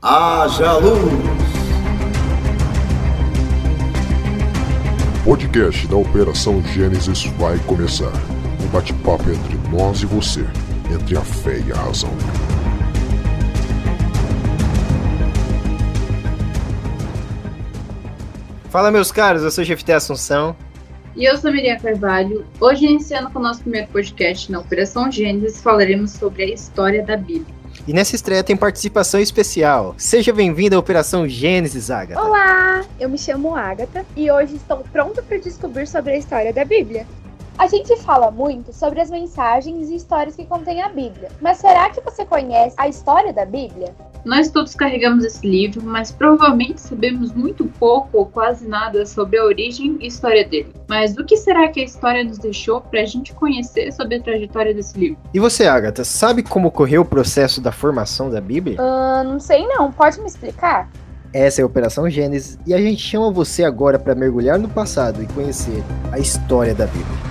Haja luz! O podcast da Operação Gênesis vai começar. Um bate-papo entre nós e você, entre a fé e a razão. Fala, meus caros, eu sou o GFT Assunção. E eu sou Miriam Carvalho. Hoje, iniciando com o nosso primeiro podcast na Operação Gênesis, falaremos sobre a história da Bíblia. E nessa estreia tem participação especial. Seja bem-vinda à Operação Gênesis, Agatha. Olá, eu me chamo Agatha e hoje estou pronta para descobrir sobre a história da Bíblia. A gente fala muito sobre as mensagens e histórias que contém a Bíblia, mas será que você conhece a história da Bíblia? Nós todos carregamos esse livro, mas provavelmente sabemos muito pouco ou quase nada sobre a origem e história dele. Mas o que será que a história nos deixou para a gente conhecer sobre a trajetória desse livro? E você, Agatha, sabe como ocorreu o processo da formação da Bíblia? Não sei não, pode me explicar? Essa é a Operação Gênesis e a gente chama você agora para mergulhar no passado e conhecer a história da Bíblia.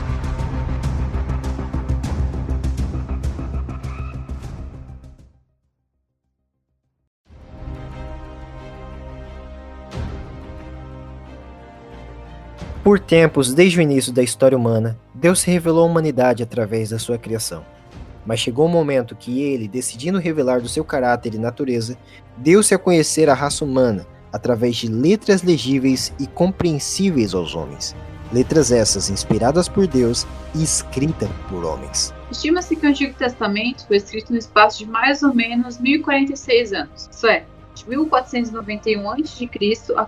Por tempos, desde o início da história humana, Deus se revelou à humanidade através da sua criação. Mas chegou um momento que ele, decidindo revelar do seu caráter e natureza, deu-se a conhecer a raça humana através de letras legíveis e compreensíveis aos homens. Letras essas inspiradas por Deus e escritas por homens. Estima-se que o Antigo Testamento foi escrito no espaço de mais ou menos 1046 anos, isso é, de 1491 a.C. a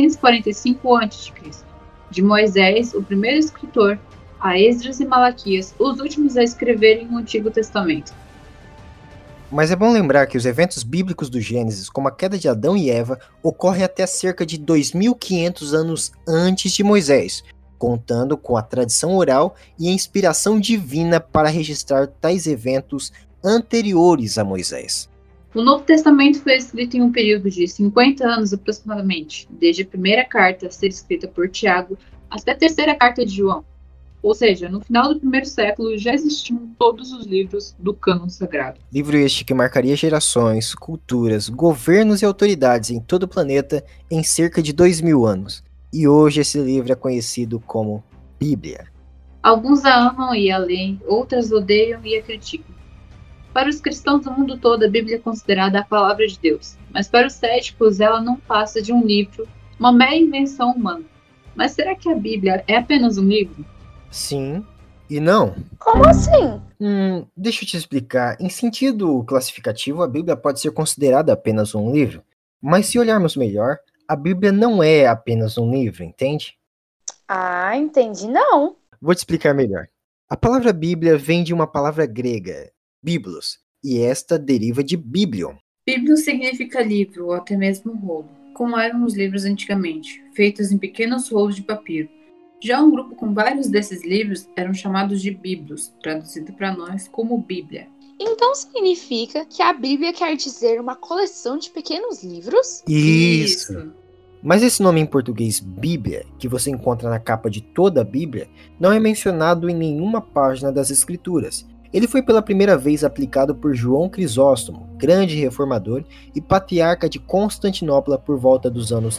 445 a.C. De Moisés, o primeiro escritor, a Esdras e Malaquias, os últimos a escreverem o Antigo Testamento. Mas é bom lembrar que os eventos bíblicos do Gênesis, como a queda de Adão e Eva, ocorrem até cerca de 2.500 anos antes de Moisés, contando com a tradição oral e a inspiração divina para registrar tais eventos anteriores a Moisés. O Novo Testamento foi escrito em um período de 50 anos aproximadamente, desde a primeira carta a ser escrita por Tiago até a terceira carta de João. Ou seja, no final do primeiro século já existiam todos os livros do cânon sagrado. Livro este que marcaria gerações, culturas, governos e autoridades em todo o planeta em cerca de 2000 anos. E hoje esse livro é conhecido como Bíblia. Alguns a amam e a leem, outras odeiam e a criticam. Para os cristãos do mundo todo, a Bíblia é considerada a palavra de Deus, mas para os céticos ela não passa de um livro, uma mera invenção humana. Mas será que a Bíblia é apenas um livro? Sim e não. Como assim? Deixa eu te explicar. Em sentido classificativo, a Bíblia pode ser considerada apenas um livro, mas se olharmos melhor, a Bíblia não é apenas um livro, entende? Ah, entendi não. Vou te explicar melhor. A palavra Bíblia vem de uma palavra grega, biblos, e esta deriva de biblion. Bíblia significa livro ou até mesmo rolo, como eram os livros antigamente, feitos em pequenos rolos de papiro. Já um grupo com vários desses livros eram chamados de biblos, traduzido para nós como Bíblia. Então significa que a Bíblia quer dizer uma coleção de pequenos livros? Isso! Mas esse nome em português, Bíblia, que você encontra na capa de toda a Bíblia, não é mencionado em nenhuma página das Escrituras. Ele foi pela primeira vez aplicado por João Crisóstomo, grande reformador e patriarca de Constantinopla por volta dos anos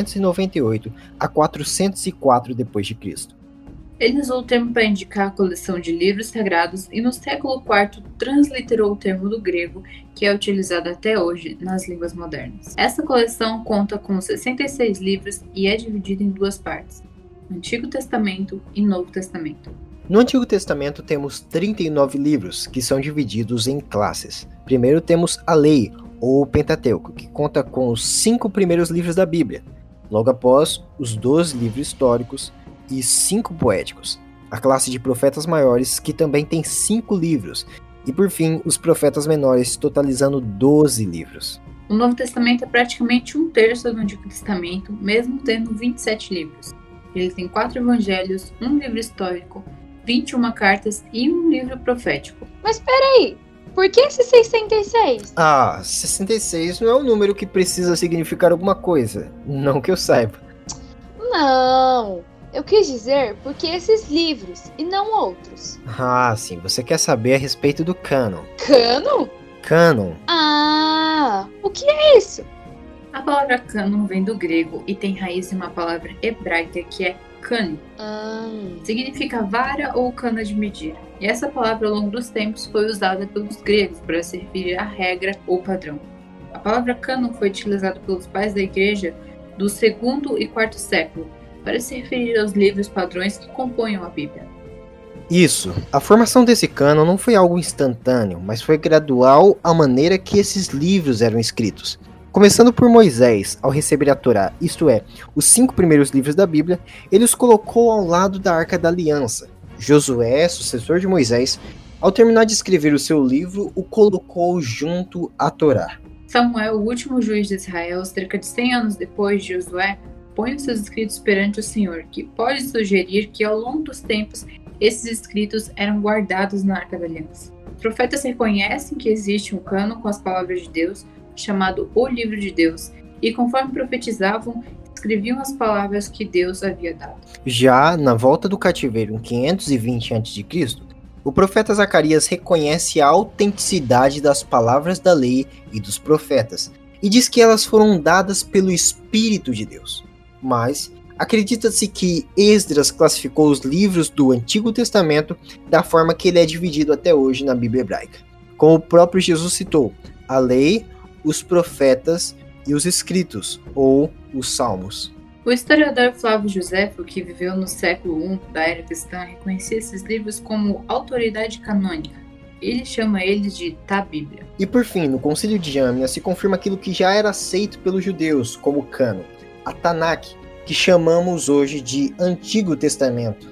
398 a 404 d.C. Ele usou o termo para indicar a coleção de livros sagrados e no século IV transliterou o termo do grego, que é utilizado até hoje nas línguas modernas. Essa coleção conta com 66 livros e é dividida em duas partes, Antigo Testamento e Novo Testamento. No Antigo Testamento temos 39 livros, que são divididos em classes. Primeiro temos a Lei, ou Pentateuco, que conta com os 5 primeiros livros da Bíblia. Logo após, os 12 livros históricos e 5 poéticos. A classe de profetas maiores, que também tem 5 livros. E por fim, os profetas menores, totalizando 12 livros. O Novo Testamento é praticamente um terço do Antigo Testamento, mesmo tendo 27 livros. Ele tem 4 evangelhos, um livro histórico, 21 cartas e um livro profético. Mas peraí, por que esse 66? 66 não é um número que precisa significar alguma coisa, não que eu saiba. Não, eu quis dizer porque esses livros e não outros. Sim, você quer saber a respeito do cânon. Cânon? Cânon. O que é isso? A palavra cânon vem do grego e tem raiz em uma palavra hebraica que é cano. Significa vara ou cana de medir. E essa palavra ao longo dos tempos foi usada pelos gregos para se referir à regra ou padrão. A palavra cânon foi utilizada pelos pais da igreja do 2º e 4º século para se referir aos livros padrões que compõem a Bíblia. Isso, a formação desse cânon não foi algo instantâneo, mas foi gradual à maneira que esses livros eram escritos. Começando por Moisés, ao receber a Torá, isto é, os 5 primeiros livros da Bíblia, ele os colocou ao lado da Arca da Aliança. Josué, sucessor de Moisés, ao terminar de escrever o seu livro, o colocou junto à Torá. Samuel, o último juiz de Israel, cerca de 100 anos depois de Josué, põe os seus escritos perante o Senhor, que pode sugerir que ao longo dos tempos esses escritos eram guardados na Arca da Aliança. Os profetas reconhecem que existe um cânon com as palavras de Deus, chamado o Livro de Deus, e conforme profetizavam, escreviam as palavras que Deus havia dado. Já na volta do cativeiro em 520 a.C., o profeta Zacarias reconhece a autenticidade das palavras da lei e dos profetas, e diz que elas foram dadas pelo Espírito de Deus. Mas acredita-se que Esdras classificou os livros do Antigo Testamento da forma que ele é dividido até hoje na Bíblia hebraica. Como o próprio Jesus citou, a lei, os profetas e os escritos, ou os salmos. O historiador Flávio Joséfo, que viveu no século I da era cristã, reconhecia esses livros como autoridade canônica. Ele chama eles de Tá-Bíblia. E por fim, no Concílio de Âmina se confirma aquilo que já era aceito pelos judeus como cânon, a Tanakh, que chamamos hoje de Antigo Testamento.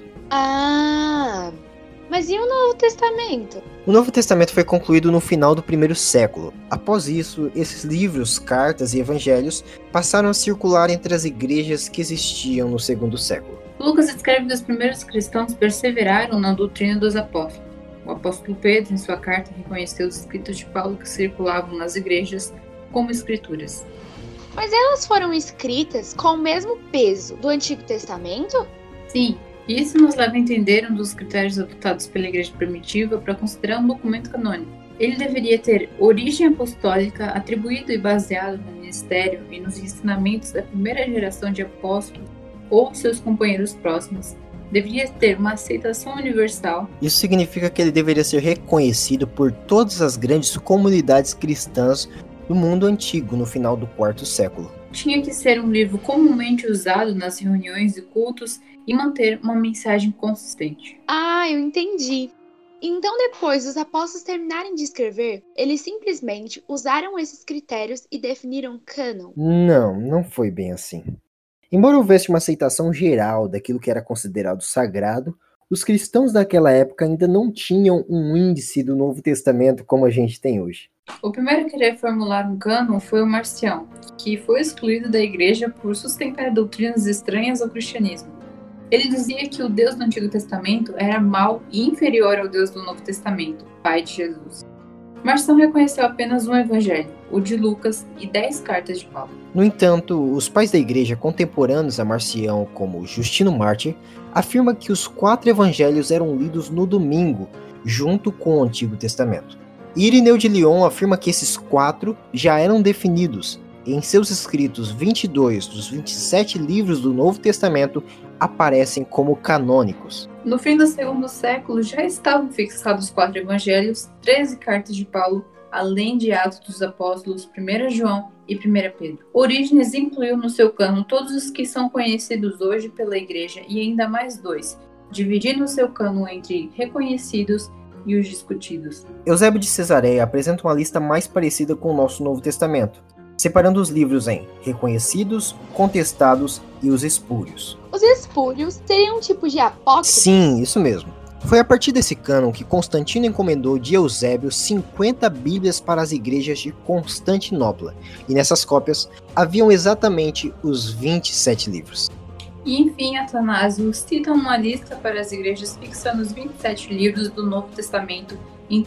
Mas e o Novo Testamento? O Novo Testamento foi concluído no final do 1º século. Após isso, esses livros, cartas e evangelhos passaram a circular entre as igrejas que existiam no 2º século. Lucas escreve que os primeiros cristãos perseveraram na doutrina dos apóstolos. O apóstolo Pedro, em sua carta, reconheceu os escritos de Paulo que circulavam nas igrejas como escrituras. Mas elas foram escritas com o mesmo peso do Antigo Testamento? Sim. Isso nos leva a entender um dos critérios adotados pela Igreja primitiva para considerar um documento canônico. Ele deveria ter origem apostólica, atribuído e baseado no ministério e nos ensinamentos da primeira geração de apóstolos ou seus companheiros próximos. Deveria ter uma aceitação universal. Isso significa que ele deveria ser reconhecido por todas as grandes comunidades cristãs do mundo antigo no final do 4º século. Tinha que ser um livro comumente usado nas reuniões e cultos e manter uma mensagem consistente. Eu entendi. Então, depois dos apóstolos terminarem de escrever, eles simplesmente usaram esses critérios e definiram cânon? Não foi bem assim. Embora houvesse uma aceitação geral daquilo que era considerado sagrado, os cristãos daquela época ainda não tinham um índice do Novo Testamento como a gente tem hoje. O primeiro a querer formular um cânon foi o Marcião, que foi excluído da igreja por sustentar doutrinas estranhas ao cristianismo. Ele dizia que o Deus do Antigo Testamento era mau e inferior ao Deus do Novo Testamento, Pai de Jesus. Marcião reconheceu apenas um evangelho, o de Lucas, e 10 cartas de Paulo. No entanto, os pais da igreja contemporâneos a Marcião, como Justino Mártir, afirmam que os 4 evangelhos eram lidos no domingo, junto com o Antigo Testamento. E Irineu de Lyon afirma que esses 4 já eram definidos. Em seus escritos, 22 dos 27 livros do Novo Testamento aparecem como canônicos. No fim do 2º século já estavam fixados 4 evangelhos, 13 cartas de Paulo, além de Atos dos Apóstolos, 1 João e 1 Pedro. Orígenes incluiu no seu cânon todos os que são conhecidos hoje pela igreja e ainda mais 2, dividindo o seu cânon entre reconhecidos e os discutidos. Eusébio de Cesareia apresenta uma lista mais parecida com o nosso Novo Testamento, separando os livros em reconhecidos, contestados e os espúrios. Os espúrios seriam um tipo de apócrifos? Sim, isso mesmo. Foi a partir desse cânon que Constantino encomendou de Eusébio 50 bíblias para as igrejas de Constantinopla, e nessas cópias haviam exatamente os 27 livros. E enfim, Atanásio cita uma lista para as igrejas fixando os 27 livros do Novo Testamento em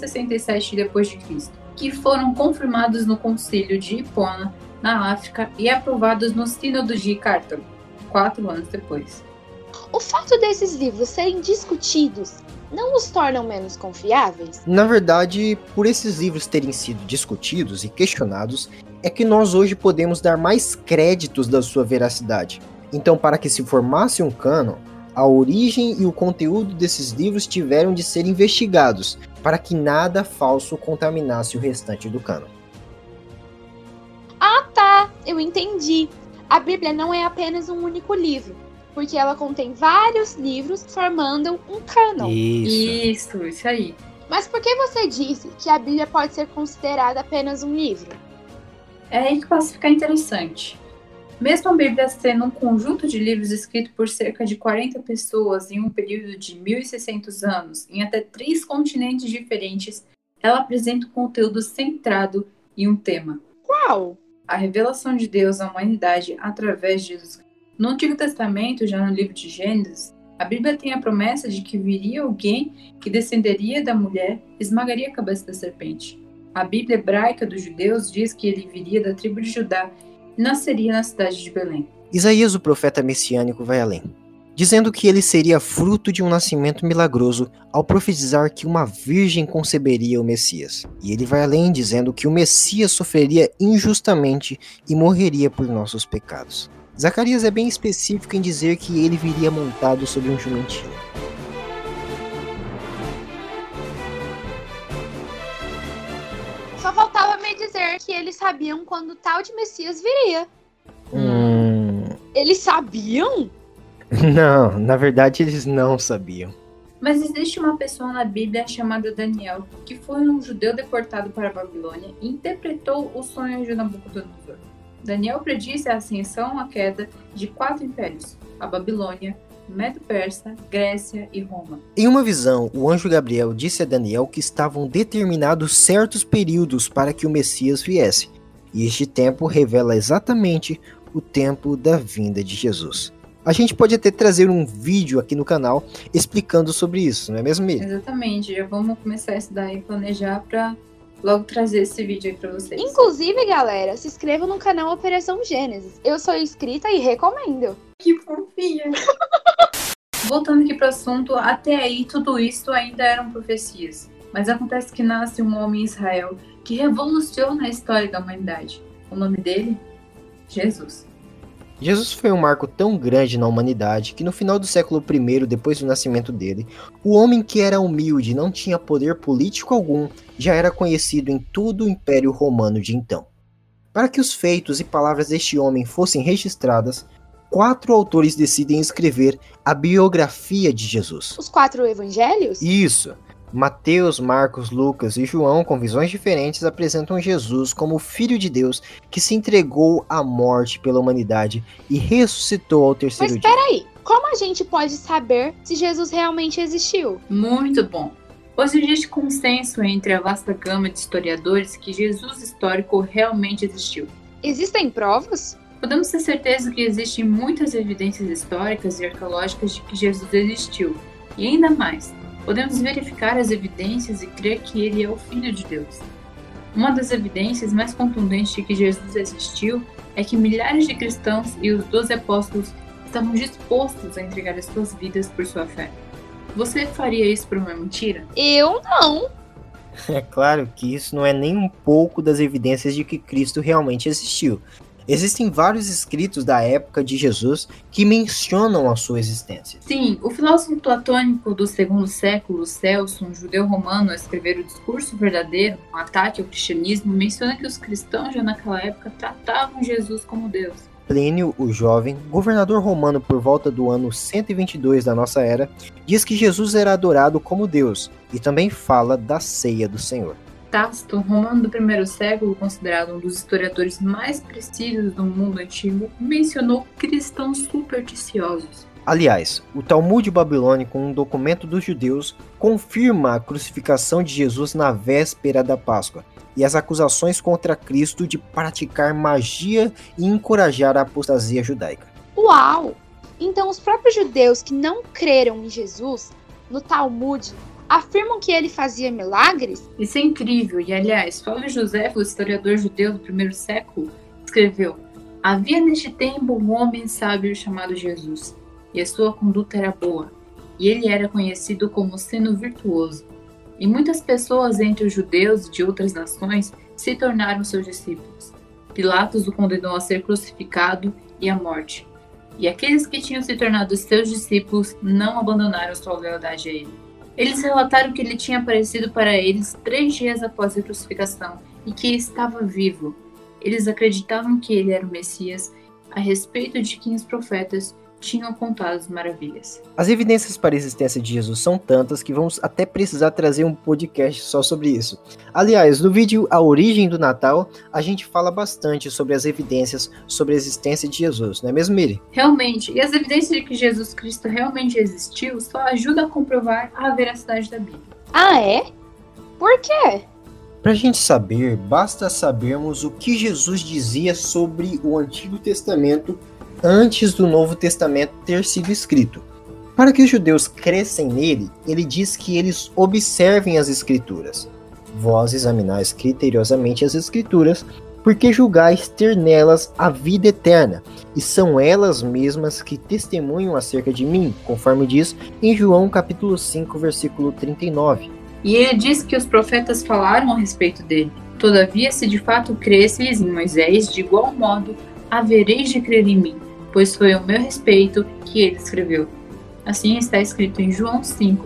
367 d.C., que foram confirmados no Concílio de Hipona, na África, e aprovados no Sínodo de Cartago, 4 anos depois. O fato desses livros serem discutidos não os tornam menos confiáveis? Na verdade, por esses livros terem sido discutidos e questionados, é que nós hoje podemos dar mais créditos da sua veracidade. Então, para que se formasse um cânon, a origem e o conteúdo desses livros tiveram de ser investigados, para que nada falso contaminasse o restante do cânon. Ah, tá, eu entendi. A Bíblia não é apenas um único livro, porque ela contém vários livros formando um cânon. Isso aí. Mas por que você disse que a Bíblia pode ser considerada apenas um livro? É aí que passa a ficar interessante. Mesmo a Bíblia sendo um conjunto de livros escritos por cerca de 40 pessoas em um período de 1.600 anos, em até 3 continentes diferentes, ela apresenta um conteúdo centrado em um tema. Qual? A revelação de Deus à humanidade através de Jesus Cristo. No Antigo Testamento, já no livro de Gênesis, a Bíblia tem a promessa de que viria alguém que descenderia da mulher e esmagaria a cabeça da serpente. A Bíblia hebraica dos judeus diz que ele viria da tribo de Judá e nasceria na cidade de Belém. Isaías, o profeta messiânico, vai além, dizendo que ele seria fruto de um nascimento milagroso ao profetizar que uma virgem conceberia o Messias. E ele vai além, dizendo que o Messias sofreria injustamente e morreria por nossos pecados. Zacarias é bem específico em dizer que ele viria montado sobre um jumentinho. Só faltava me dizer que eles sabiam quando tal de Messias viria. Eles sabiam? Não, na verdade eles não sabiam. Mas existe uma pessoa na Bíblia chamada Daniel, que foi um judeu deportado para a Babilônia e interpretou o sonho de Nabucodonosor. Daniel predisse a ascensão à queda de 4 impérios: a Babilônia, Medo-Persa, Grécia e Roma. Em uma visão, o anjo Gabriel disse a Daniel que estavam determinados certos períodos para que o Messias viesse, e este tempo revela exatamente o tempo da vinda de Jesus. A gente pode até trazer um vídeo aqui no canal explicando sobre isso, não é mesmo, Miriam? Exatamente, já vamos começar a estudar e planejar para logo trazer esse vídeo aí para vocês. Inclusive, galera, se inscrevam no canal Operação Gênesis. Eu sou inscrita e recomendo. Que fofinha! Voltando aqui para o assunto, até aí tudo isso ainda eram profecias. Mas acontece que nasce um homem em Israel que revoluciona a história da humanidade. O nome dele? Jesus. Jesus foi um marco tão grande na humanidade que no final do século I, depois do nascimento dele, o homem que era humilde e não tinha poder político algum já era conhecido em todo o Império Romano de então. Para que os feitos e palavras deste homem fossem registradas, 4 autores decidem escrever a biografia de Jesus. Os 4 evangelhos? Isso! Mateus, Marcos, Lucas e João, com visões diferentes, apresentam Jesus como o Filho de Deus que se entregou à morte pela humanidade e ressuscitou ao terceiro dia. Mas peraí, como a gente pode saber se Jesus realmente existiu? Muito bom! Hoje existe consenso entre a vasta gama de historiadores que Jesus histórico realmente existiu. Existem provas? Podemos ter certeza que existem muitas evidências históricas e arqueológicas de que Jesus existiu. E ainda mais, podemos verificar as evidências e crer que ele é o Filho de Deus. Uma das evidências mais contundentes de que Jesus existiu é que milhares de cristãos e os 12 apóstolos estavam dispostos a entregar as suas vidas por sua fé. Você faria isso por uma mentira? Eu não. É claro que isso não é nem um pouco das evidências de que Cristo realmente existiu. Existem vários escritos da época de Jesus que mencionam a sua existência. Sim, o filósofo platônico do segundo século, Celso, um judeu romano a escrever o Discurso Verdadeiro, um ataque ao cristianismo, menciona que os cristãos já naquela época tratavam Jesus como Deus. Plínio, o jovem, governador romano por volta do ano 122 da nossa era, diz que Jesus era adorado como Deus e também fala da ceia do Senhor. Tácito, romano do primeiro século, considerado um dos historiadores mais precisos do mundo antigo, mencionou cristãos supersticiosos. Aliás, o Talmud babilônico, um documento dos judeus, confirma a crucificação de Jesus na véspera da Páscoa e as acusações contra Cristo de praticar magia e encorajar a apostasia judaica. Uau! Então os próprios judeus que não creram em Jesus, no Talmud, afirmam que ele fazia milagres? Isso é incrível, e aliás, Flávio Josefo, o historiador judeu do primeiro século, escreveu: havia neste tempo um homem sábio chamado Jesus, e a sua conduta era boa, e ele era conhecido como sendo virtuoso. E muitas pessoas entre os judeus e de outras nações se tornaram seus discípulos. Pilatos o condenou a ser crucificado e à morte. E aqueles que tinham se tornado seus discípulos não abandonaram sua lealdade a ele. Eles relataram que ele tinha aparecido para eles 3 dias após a crucificação e que estava vivo. Eles acreditavam que ele era o Messias, a respeito de quem os profetas tinham contado as maravilhas. As evidências para a existência de Jesus são tantas que vamos até precisar trazer um podcast só sobre isso. Aliás, no vídeo A Origem do Natal, a gente fala bastante sobre as evidências sobre a existência de Jesus, não é mesmo, Miri? Realmente, e as evidências de que Jesus Cristo realmente existiu só ajudam a comprovar a veracidade da Bíblia. Ah, é? Por quê? Pra gente saber, basta sabermos o que Jesus dizia sobre o Antigo Testamento antes do Novo Testamento ter sido escrito. Para que os judeus crescem nele, ele diz que eles observem as Escrituras. Vós examinais criteriosamente as Escrituras, porque julgais ter nelas a vida eterna, e são elas mesmas que testemunham acerca de mim, conforme diz em João capítulo 5, versículo 39. E ele diz que os profetas falaram a respeito dele. Todavia, se de fato cresceis em Moisés, de igual modo havereis de crer em mim, pois foi ao meu respeito que ele escreveu. Assim está escrito em João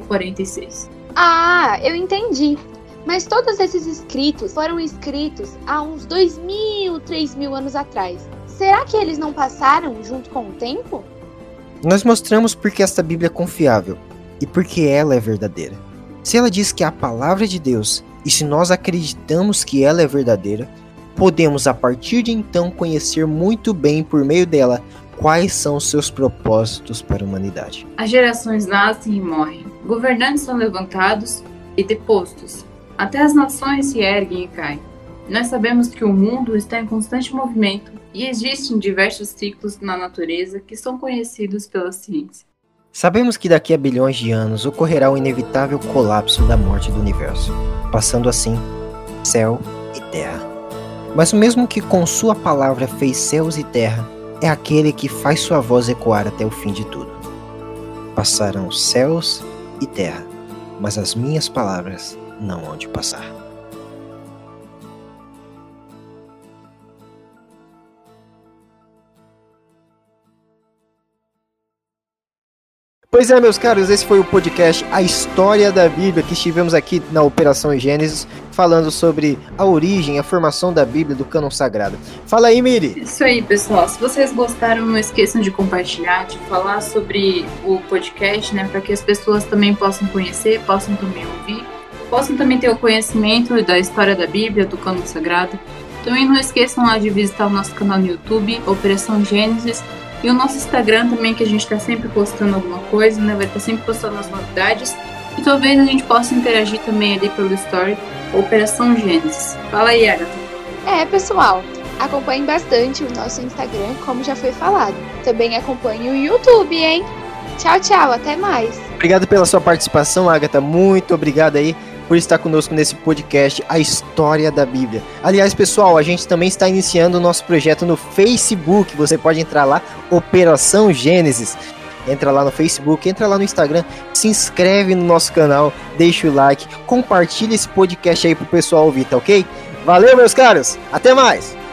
5,46. Ah, eu entendi. Mas todos esses escritos foram escritos há uns 2.000, 3.000 anos atrás. Será que eles não passaram junto com o tempo? Nós mostramos porque esta Bíblia é confiável e porque ela é verdadeira. Se ela diz que é a palavra de Deus e se nós acreditamos que ela é verdadeira, podemos a partir de então conhecer muito bem por meio dela quais são os seus propósitos para a humanidade. As gerações nascem e morrem, governantes são levantados e depostos, até as nações se erguem e caem. Nós sabemos que o mundo está em constante movimento e existem diversos ciclos na natureza que são conhecidos pela ciência. Sabemos que daqui a bilhões de anos ocorrerá o inevitável colapso da morte do universo, passando assim céu e terra. Mas o mesmo que com sua palavra fez céus e terra, é aquele que faz sua voz ecoar até o fim de tudo. Passarão céus e terra, mas as minhas palavras não hão de passar. Pois é, meus caros, esse foi o podcast A História da Bíblia, que estivemos aqui na Operação Gênesis, falando sobre a origem, a formação da Bíblia, do cânon sagrado. Fala aí, Miri! Isso aí, pessoal. Se vocês gostaram, não esqueçam de compartilhar, de falar sobre o podcast, né, para que as pessoas também possam conhecer, possam também ouvir, possam também ter o conhecimento da história da Bíblia, do cânon sagrado. Também não esqueçam lá de visitar o nosso canal no YouTube, Operação Gênesis, e o nosso Instagram também, que a gente está sempre postando alguma coisa, né? Vai estar sempre postando as novidades. E talvez a gente possa interagir também ali pelo Story, Operação Gênesis. Fala aí, Agatha. Pessoal, acompanhem bastante o nosso Instagram, como já foi falado. Também acompanhem o YouTube, hein? Tchau, tchau, até mais. Obrigado pela sua participação, Agatha. Muito obrigado aí por estar conosco nesse podcast, A História da Bíblia. Aliás, pessoal, a gente também está iniciando o nosso projeto no Facebook. Você pode entrar lá, Operação Gênesis. Entra lá no Facebook, entra lá no Instagram, se inscreve no nosso canal, deixa o like, compartilha esse podcast aí pro pessoal ouvir, tá ok? Valeu, meus caros! Até mais!